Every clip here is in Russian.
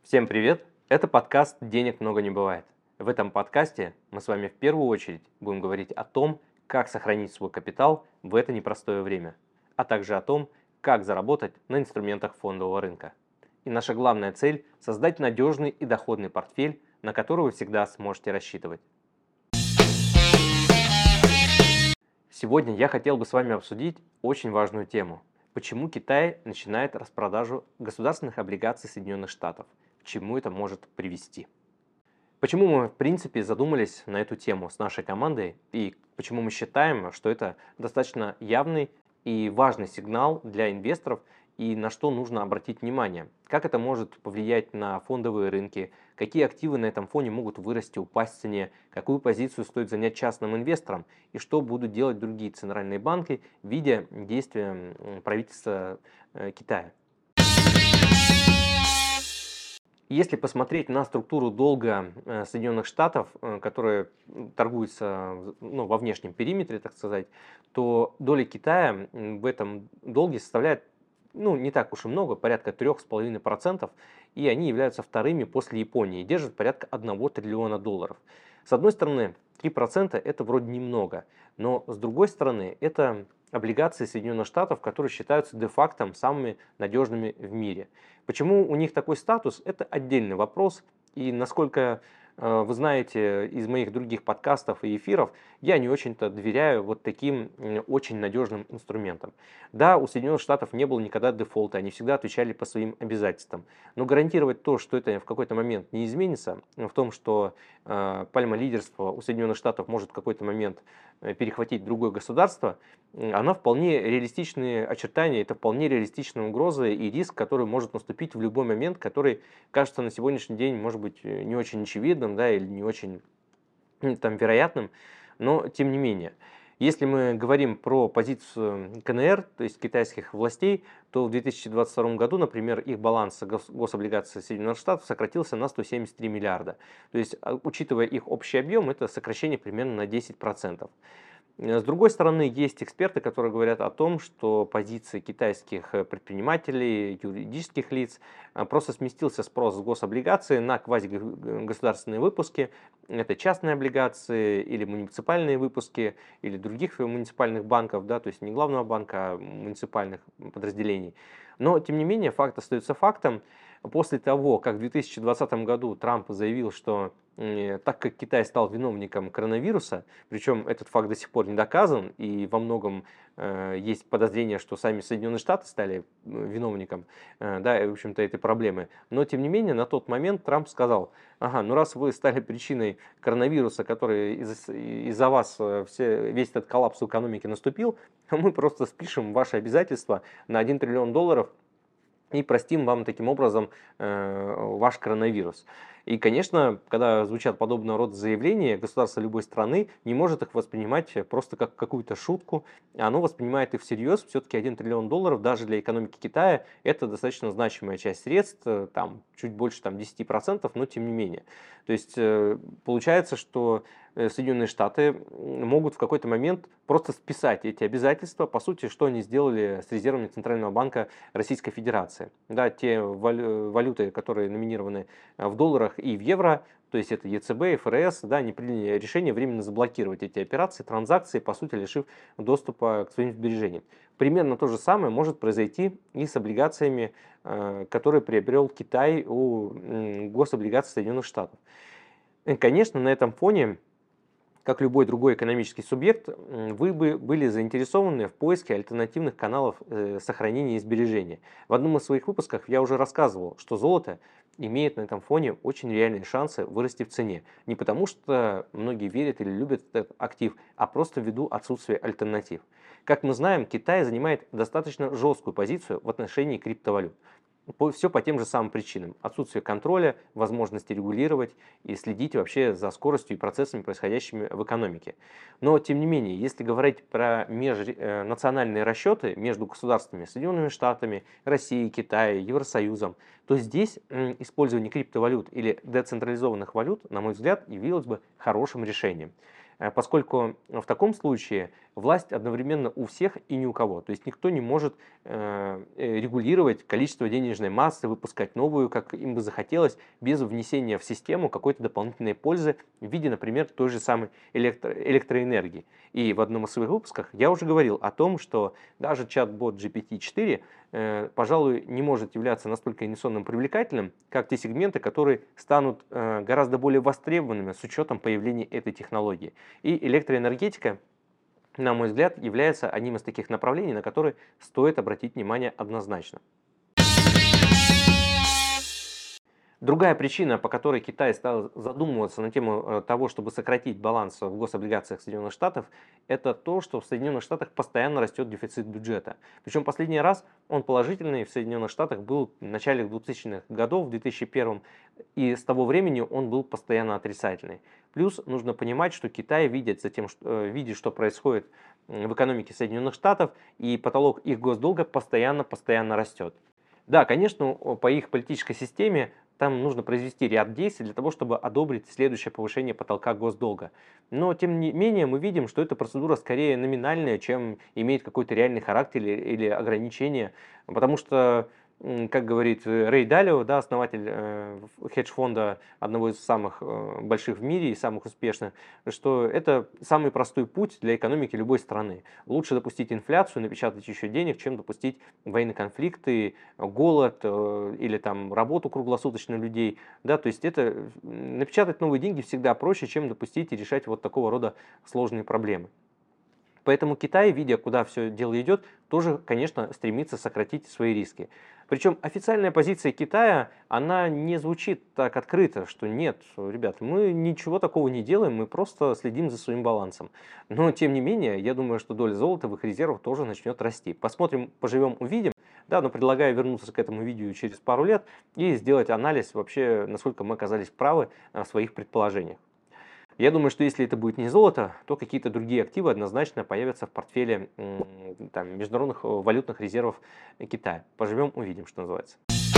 Всем привет! Это подкаст «Денег много не бывает». В этом подкасте мы с вами в первую очередь будем говорить о том, как сохранить свой капитал в это непростое время, а также о том, как заработать на инструментах фондового рынка. И наша главная цель– создать надежный и доходный портфель, на который вы всегда сможете рассчитывать. Сегодня я хотел бы с вами обсудить очень важную тему. Почему Китай начинает распродажу государственных облигаций Соединенных Штатов? К чему это может привести? Почему мы, в принципе, задумались на эту тему с нашей командой и почему мы считаем, что это достаточно явный и важный сигнал для инвесторов и на что нужно обратить внимание? Как это может повлиять на фондовые рынки? Какие активы на этом фоне могут вырасти, упасть в цене? Какую позицию стоит занять частным инвесторам? И что будут делать другие центральные банки, видя действия правительства Китая? Если посмотреть на структуру долга Соединенных Штатов, которая торгуется во внешнем периметре, так сказать, то доля Китая в этом долге составляет не так уж и много, порядка 3,5%, и они являются вторыми после Японии, и держат порядка 1 триллиона долларов. С одной стороны, 3% это вроде немного, но с другой стороны, это облигации Соединенных Штатов, которые считаются де-факто самыми надежными в мире. Почему у них такой статус, это отдельный вопрос. И насколько вы знаете из моих других подкастов и эфиров, я не очень-то доверяю вот таким очень надежным инструментам. Да, у Соединенных Штатов не было никогда дефолта, они всегда отвечали по своим обязательствам. Но гарантировать то, что это в какой-то момент не изменится, в том, что пальма лидерства у Соединенных Штатов может в какой-то момент перехватить другое государство, она вполне реалистичные очертания, это вполне реалистичная угроза и риск, который может наступить в любой момент, который кажется на сегодняшний день, может быть, не очень очевидным, да, или не очень там, вероятным, но тем не менее. Если мы говорим про позицию КНР, то есть китайских властей, то в 2022 году, например, их баланс гособлигаций Соединенных Штатов сократился на 173 миллиарда. То есть, учитывая их общий объем, это сокращение примерно на 10%. С другой стороны, есть эксперты, которые говорят о том, что позиции китайских предпринимателей, юридических лиц просто сместился спрос с гособлигаций на квазигосударственные выпуски. Это частные облигации или муниципальные выпуски, или других муниципальных банков, да, то есть не главного банка, а муниципальных подразделений. Но, тем не менее, факт остается фактом. После того, как в 2020 году Трамп заявил, что так как Китай стал виновником коронавируса, причем этот факт до сих пор не доказан, и во многом есть подозрение, что сами Соединенные Штаты стали виновником, да, в общем-то, этой проблемы. Но, тем не менее, на тот момент Трамп сказал: ага, ну раз вы стали причиной коронавируса, который из-за вас весь этот коллапс в экономике наступил, мы просто спишем ваши обязательства на 1 триллион долларов и простим вам таким образом ваш коронавирус. И, конечно, когда звучат подобного рода заявления, государство любой страны не может их воспринимать просто как какую-то шутку. Оно воспринимает их всерьез. Все-таки 1 триллион долларов даже для экономики Китая это достаточно значимая часть средств, там, чуть больше 10%, но тем не менее. То есть получается, что Соединенные Штаты могут в какой-то момент просто списать эти обязательства. По сути, что они сделали с резервами Центрального банка Российской Федерации. Да, те валюты, которые номинированы в долларах и в евро, то есть это ЕЦБ, ФРС, да, они приняли решение временно заблокировать эти операции, транзакции, по сути, лишив доступа к своим сбережениям. Примерно то же самое может произойти и с облигациями, которые приобрел Китай у гособлигаций Соединенных Штатов. Конечно, на этом фоне, как любой другой экономический субъект, вы бы были заинтересованы в поиске альтернативных каналов сохранения и сбережения. В одном из своих выпусков я уже рассказывал, что золото имеет на этом фоне очень реальные шансы вырасти в цене. Не потому, что многие верят или любят этот актив, а просто ввиду отсутствия альтернатив. Как мы знаем, Китай занимает достаточно жесткую позицию в отношении криптовалют. Все по тем же самым причинам. Отсутствие контроля, возможности регулировать и следить вообще за скоростью и процессами, происходящими в экономике. Но, тем не менее, если говорить про межнациональные расчеты между государствами, Соединенными Штатами, Россией, Китаем, Евросоюзом, то здесь использование криптовалют или децентрализованных валют, на мой взгляд, явилось бы хорошим решением. Поскольку в таком случае власть одновременно у всех и ни у кого. То есть никто не может регулировать количество денежной массы, выпускать новую, как им бы захотелось, без внесения в систему какой-то дополнительной пользы в виде, например, той же самой электроэнергии. И в одном из своих выпусков я уже говорил о том, что даже чат-бот GPT-4, пожалуй, не может являться настолько инвестиционно привлекательным, как те сегменты, которые станут гораздо более востребованными с учетом появления этой технологии. И электроэнергетика, на мой взгляд, является одним из таких направлений, на которые стоит обратить внимание однозначно. Другая причина, по которой Китай стал задумываться на тему того, чтобы сократить баланс в гособлигациях Соединенных Штатов, это то, что в Соединенных Штатах постоянно растет дефицит бюджета. Причем последний раз он положительный в Соединенных Штатах был в начале 2000-х годов, в 2001, и с того времени он был постоянно отрицательный. Плюс нужно понимать, что Китай видит, видит, что происходит в экономике Соединенных Штатов, и потолок их госдолга постоянно растет. Да, конечно, по их политической системе там нужно произвести ряд действий для того, чтобы одобрить следующее повышение потолка госдолга. Но, тем не менее, мы видим, что эта процедура скорее номинальная, чем имеет какой-то реальный характер или ограничение. Потому что, как говорит Рэй Далио, да, основатель хедж-фонда, одного из самых больших в мире и самых успешных, что это самый простой путь для экономики любой страны. Лучше допустить инфляцию, напечатать еще денег, чем допустить военные конфликты, голод или там работу круглосуточно людей. Да, то есть это напечатать новые деньги всегда проще, чем допустить и решать вот такого рода сложные проблемы. Поэтому Китай, видя, куда все дело идет, тоже, конечно, стремится сократить свои риски. Причем официальная позиция Китая, она не звучит так открыто, что нет, ребят, мы ничего такого не делаем, мы просто следим за своим балансом. Но, тем не менее, я думаю, что доля золота в их резервах тоже начнет расти. Посмотрим, поживем, увидим. Да, но предлагаю вернуться к этому видео через пару лет и сделать анализ вообще, насколько мы оказались правы в своих предположениях. Я думаю, что если это будет не золото, то какие-то другие активы однозначно появятся в портфеле там, международных валютных резервов Китая. Поживем, увидим, что называется.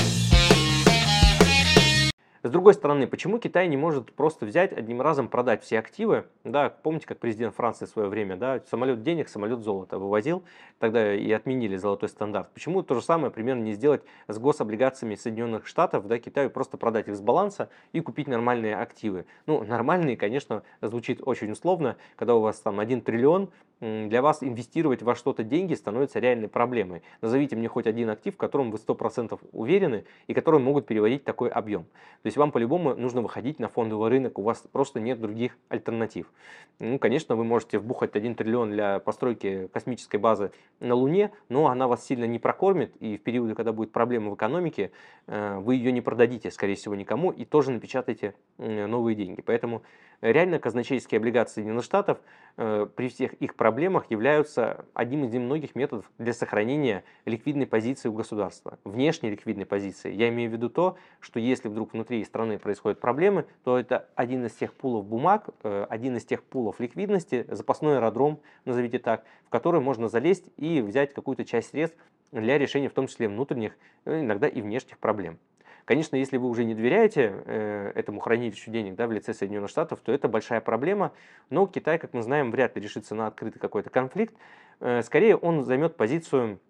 С другой стороны, почему Китай не может просто взять одним разом продать все активы? Да, помните, как президент Франции в свое время, да, самолет денег, самолет золота вывозил, тогда и отменили золотой стандарт. Почему то же самое примерно не сделать с гособлигациями Соединенных Штатов, да, Китаю просто продать их с баланса и купить нормальные активы? Ну, нормальные, конечно, звучит очень условно, когда у вас там 1 триллион, для вас инвестировать во что-то деньги становится реальной проблемой. Назовите мне хоть один актив, в котором вы 100% уверены и которые могут переводить такой объем. То есть вам по-любому нужно выходить на фондовый рынок, у вас просто нет других альтернатив. Ну, конечно, вы можете вбухать 1 триллион для постройки космической базы на Луне, но она вас сильно не прокормит, и в периоды, когда будет проблема в экономике, вы ее не продадите, скорее всего, никому, и тоже напечатаете новые деньги. Поэтому реально казначейские облигации Соединенных Штатов при всех их проблемах являются одним из немногих методов для сохранения ликвидной позиции у государства, внешней ликвидной позиции. Я имею в виду то, что если вдруг внутри страны происходят проблемы, то это один из тех пулов бумаг, один из тех пулов ликвидности, запасной аэродром, назовите так, в который можно залезть и взять какую-то часть средств для решения в том числе внутренних, иногда и внешних проблем. Конечно, если вы уже не доверяете этому хранилищу денег, да, в лице Соединенных Штатов, то это большая проблема. Но Китай, как мы знаем, вряд ли решится на открытый какой-то конфликт. Скорее, он займет позицию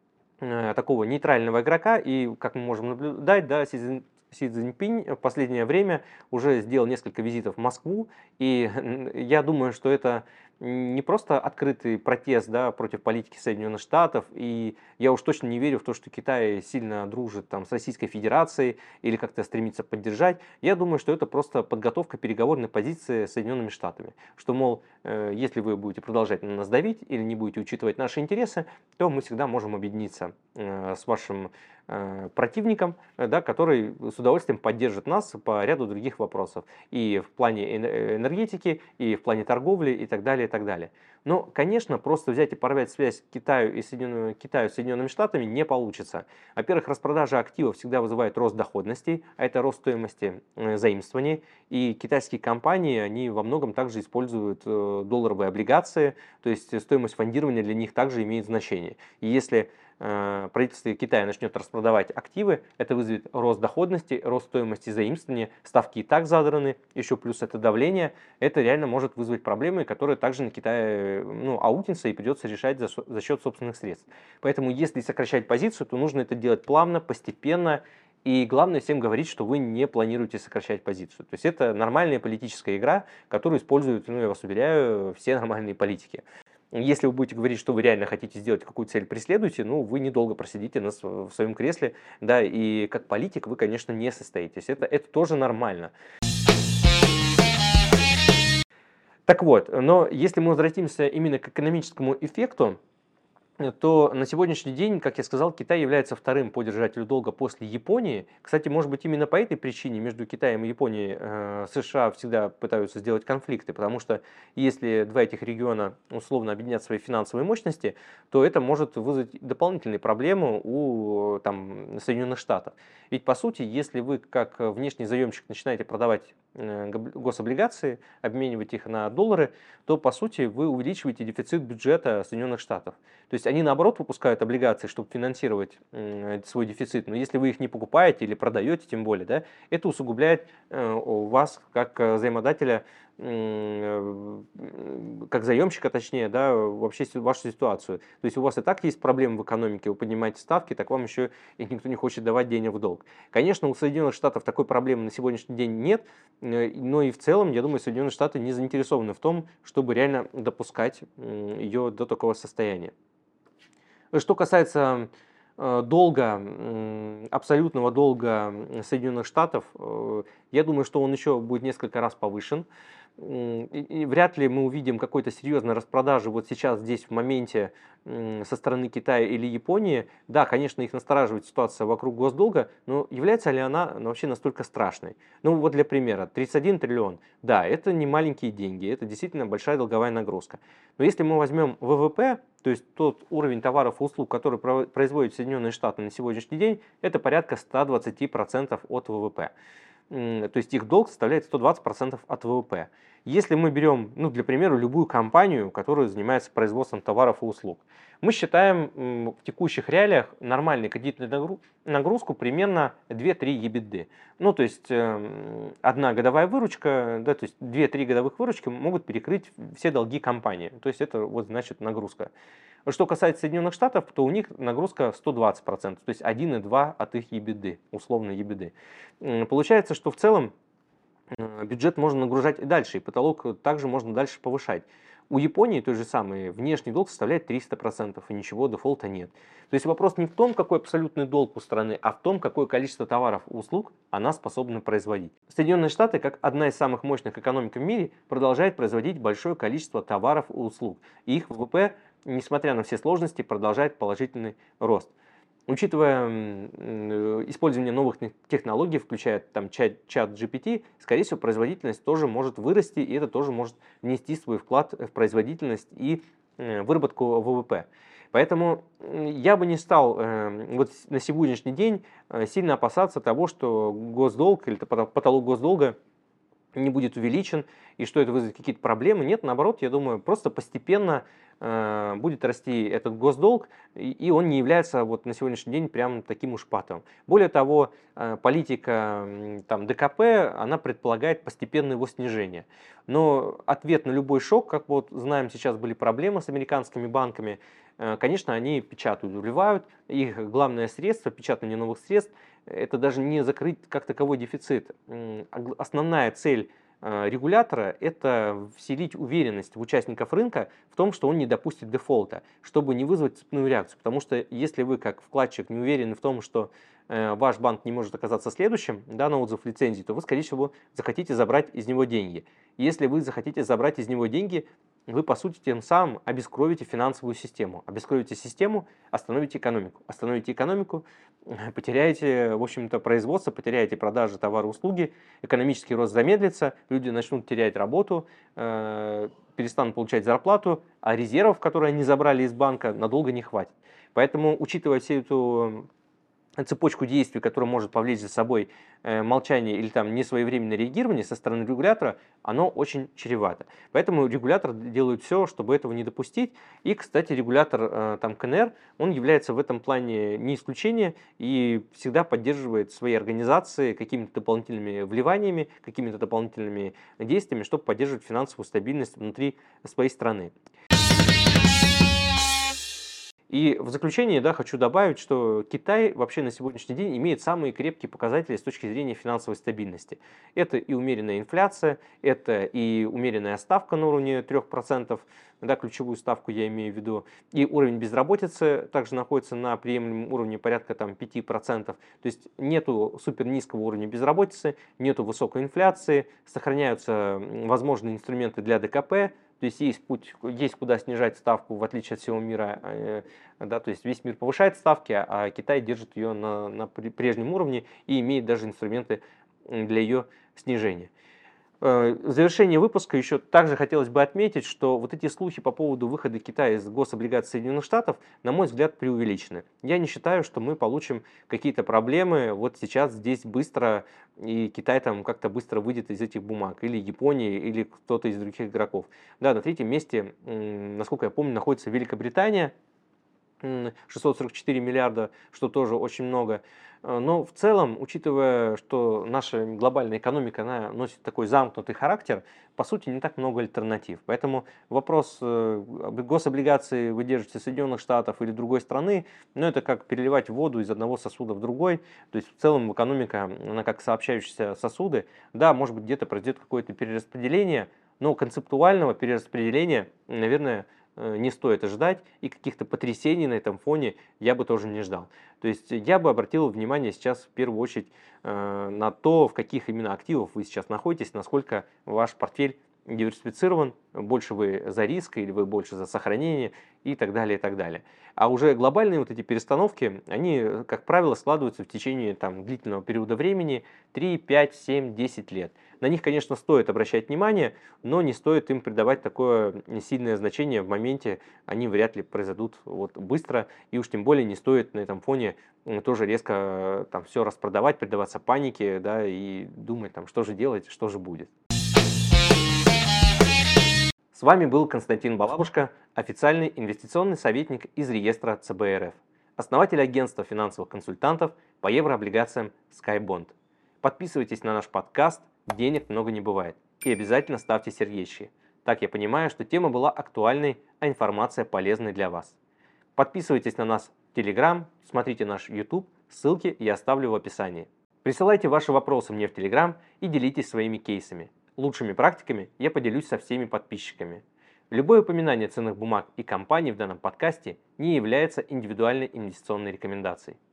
такого нейтрального игрока. И, как мы можем наблюдать, да, Си Цзиньпинь в последнее время уже сделал несколько визитов в Москву. И я думаю, что это не просто открытый протест, да, против политики Соединенных Штатов, и я уж точно не верю в то, что Китай сильно дружит там, с Российской Федерацией или как-то стремится поддержать. Я думаю, что это просто подготовка переговорной позиции с Соединенными Штатами. Что, мол, если вы будете продолжать на нас давить или не будете учитывать наши интересы, то мы всегда можем объединиться с вашим противником, да, который с удовольствием поддержит нас по ряду других вопросов. И в плане энергетики, и в плане торговли, и так далее, и так далее. Но, конечно, просто взять и порвать связь Китаю с Соединенными Штатами не получится. Во-первых, распродажа активов всегда вызывает рост доходностей, а это рост стоимости заимствований. И китайские компании, они во многом также используют долларовые облигации, то есть стоимость фондирования для них также имеет значение. И если правительство Китая начнет распродавать активы, это вызовет рост доходности, рост стоимости заимствования, ставки и так задраны, еще плюс это давление, это реально может вызвать проблемы, которые также на Китае аукнется и придется решать за счет собственных средств. Поэтому если сокращать позицию, то нужно это делать плавно, постепенно, и главное всем говорить, что вы не планируете сокращать позицию. То есть это нормальная политическая игра, которую используют, я вас уверяю, все нормальные политики. Если вы будете говорить, что вы реально хотите сделать, какую цель преследуете, вы недолго просидите в своем кресле, да, и как политик вы, конечно, не состоитесь. Это тоже нормально. Так вот, но если мы возвратимся именно к экономическому эффекту, то на сегодняшний день, как я сказал, Китай является вторым по держателю долга после Японии. Кстати, может быть, именно по этой причине между Китаем и Японией США всегда пытаются сделать конфликты, потому что если два этих региона условно объединят свои финансовые мощности, то это может вызвать дополнительные проблемы у Соединенных Штатов. Ведь по сути, если вы как внешний заемщик начинаете продавать гособлигации, обменивать их на доллары, то по сути вы увеличиваете дефицит бюджета Соединенных Штатов. То есть они наоборот выпускают облигации, чтобы финансировать свой дефицит, но если вы их не покупаете или продаете, тем более, да, это усугубляет у вас как заимодателя, как заемщика, точнее, да, вообще вашу ситуацию. То есть у вас и так есть проблемы в экономике, вы поднимаете ставки, так вам еще и никто не хочет давать денег в долг. Конечно, у Соединенных Штатов такой проблемы на сегодняшний день нет, но и в целом, я думаю, Соединенные Штаты не заинтересованы в том, чтобы реально допускать ее до такого состояния. Что касается долга, абсолютного долга Соединенных Штатов, я думаю, что он еще будет несколько раз повышен. И вряд ли мы увидим какой-то серьезной распродажи вот сейчас, здесь, в моменте со стороны Китая или Японии. Да, конечно, их настораживает ситуация вокруг госдолга, но является ли она вообще настолько страшной? Ну вот для примера, 31 триллион. Да, это не маленькие деньги, это действительно большая долговая нагрузка. Но если мы возьмем ВВП, то есть тот уровень товаров и услуг, который производят Соединенные Штаты на сегодняшний день, это порядка 120% от ВВП. То есть их долг составляет 120% от ВВП. Если мы берем, для примера, любую компанию, которая занимается производством товаров и услуг, мы считаем в текущих реалиях нормальную кредитную нагрузку примерно 2-3 EBITDA. То есть одна годовая выручка, да, то есть 2-3 годовых выручки могут перекрыть все долги компании. То есть это значит нагрузка. Что касается Соединенных Штатов, то у них нагрузка 120%, то есть 1,2 от их EBITDA, условно EBITDA. Получается, что в целом бюджет можно нагружать и дальше, и потолок также можно дальше повышать. У Японии той же самой внешний долг составляет 300%, и ничего, дефолта нет. То есть вопрос не в том, какой абсолютный долг у страны, а в том, какое количество товаров и услуг она способна производить. Соединенные Штаты, как одна из самых мощных экономик в мире, продолжает производить большое количество товаров и услуг. И их ВВП, несмотря на все сложности, продолжает положительный рост. Учитывая использование новых технологий, включая чат GPT, скорее всего, производительность тоже может вырасти, и это тоже может внести свой вклад в производительность и выработку ВВП. Поэтому я бы не стал на сегодняшний день сильно опасаться того, что госдолг или потолок госдолга не будет увеличен, и что это вызовет какие-то проблемы. Нет, наоборот, я думаю, просто постепенно будет расти этот госдолг, и он не является на сегодняшний день прям таким уж патовым. Более того, политика ДКП, она предполагает постепенное его снижение. Но ответ на любой шок, как знаем, сейчас были проблемы с американскими банками, конечно, они печатают, вливают. Их главное средство, печатание новых средств, это даже не закрыть как таковой дефицит. Основная цель регулятора – это вселить уверенность в участников рынка в том, что он не допустит дефолта, чтобы не вызвать цепную реакцию. Потому что если вы как вкладчик не уверены в том, что ваш банк не может оказаться следующим на отзыв лицензии, то вы, скорее всего, захотите забрать из него деньги. Если вы захотите забрать из него деньги, вы, по сути, тем самым обескровите финансовую систему. Обескровите систему, остановите экономику. Остановите экономику, потеряете, в общем-то, производство, потеряете продажи товара и услуги, экономический рост замедлится, люди начнут терять работу, перестанут получать зарплату, а резервов, которые они забрали из банка, надолго не хватит. Поэтому, учитывая всю эту цепочку действий, которая может повлечь за собой молчание или там несвоевременное реагирование со стороны регулятора, оно очень чревато. Поэтому регулятор делает все, чтобы этого не допустить. И, кстати, регулятор там КНР, он является в этом плане не исключение и всегда поддерживает свои организации какими-то дополнительными вливаниями, какими-то дополнительными действиями, чтобы поддерживать финансовую стабильность внутри своей страны. И в заключение, да, хочу добавить, что Китай вообще на сегодняшний день имеет самые крепкие показатели с точки зрения финансовой стабильности. Это и умеренная инфляция, это и умеренная ставка на уровне 3%, да, ключевую ставку я имею в виду, и уровень безработицы также находится на приемлемом уровне порядка там, 5%. То есть нету супер низкого уровня безработицы, нету высокой инфляции, сохраняются возможные инструменты для ДКП, то есть есть путь, есть куда снижать ставку, в отличие от всего мира. Да, то есть весь мир повышает ставки, а Китай держит ее на прежнем уровне и имеет даже инструменты для ее снижения. В завершение выпуска еще также хотелось бы отметить, что вот эти слухи по поводу выхода Китая из гособлигаций Соединенных Штатов, на мой взгляд, преувеличены. Я не считаю, что мы получим какие-то проблемы вот сейчас здесь быстро, и Китай там как-то быстро выйдет из этих бумаг, или Япония, или кто-то из других игроков. Да, на третьем месте, насколько я помню, находится Великобритания, 644 миллиарда, что тоже очень много. Но в целом, учитывая, что наша глобальная экономика, она носит такой замкнутый характер, по сути, не так много альтернатив. Поэтому вопрос гособлигаций вы держите Соединенных Штатов или другой страны, ну, это как переливать воду из одного сосуда в другой. То есть в целом экономика, она как сообщающиеся сосуды. Да, может быть, где-то произойдет какое-то перераспределение, но концептуального перераспределения, наверное, не стоит ожидать, и каких-то потрясений на этом фоне я бы тоже не ждал. То есть я бы обратил внимание сейчас в первую очередь на то, в каких именно активах вы сейчас находитесь, насколько ваш портфель диверсифицирован, больше вы за риск или вы больше за сохранение и так далее, и так далее. А уже глобальные вот эти перестановки, они, как правило, складываются в течение там, длительного периода времени, 3, 5, 7, 10 лет. На них, конечно, стоит обращать внимание, но не стоит им придавать такое сильное значение в моменте, они вряд ли произойдут вот быстро, и уж тем более не стоит на этом фоне тоже резко там все распродавать, предаваться панике, да, и думать там, что же делать, что же будет. С вами был Константин Балабушка, официальный инвестиционный советник из реестра ЦБ РФ, основатель агентства финансовых консультантов по еврооблигациям SkyBond. Подписывайтесь на наш подкаст «Денег много не бывает» и обязательно ставьте сердечки. Так я понимаю, что тема была актуальной, а информация полезной для вас. Подписывайтесь на нас в Telegram, смотрите наш YouTube, ссылки я оставлю в описании. Присылайте ваши вопросы мне в Telegram и делитесь своими кейсами. Лучшими практиками я поделюсь со всеми подписчиками. Любое упоминание ценных бумаг и компаний в данном подкасте не является индивидуальной инвестиционной рекомендацией.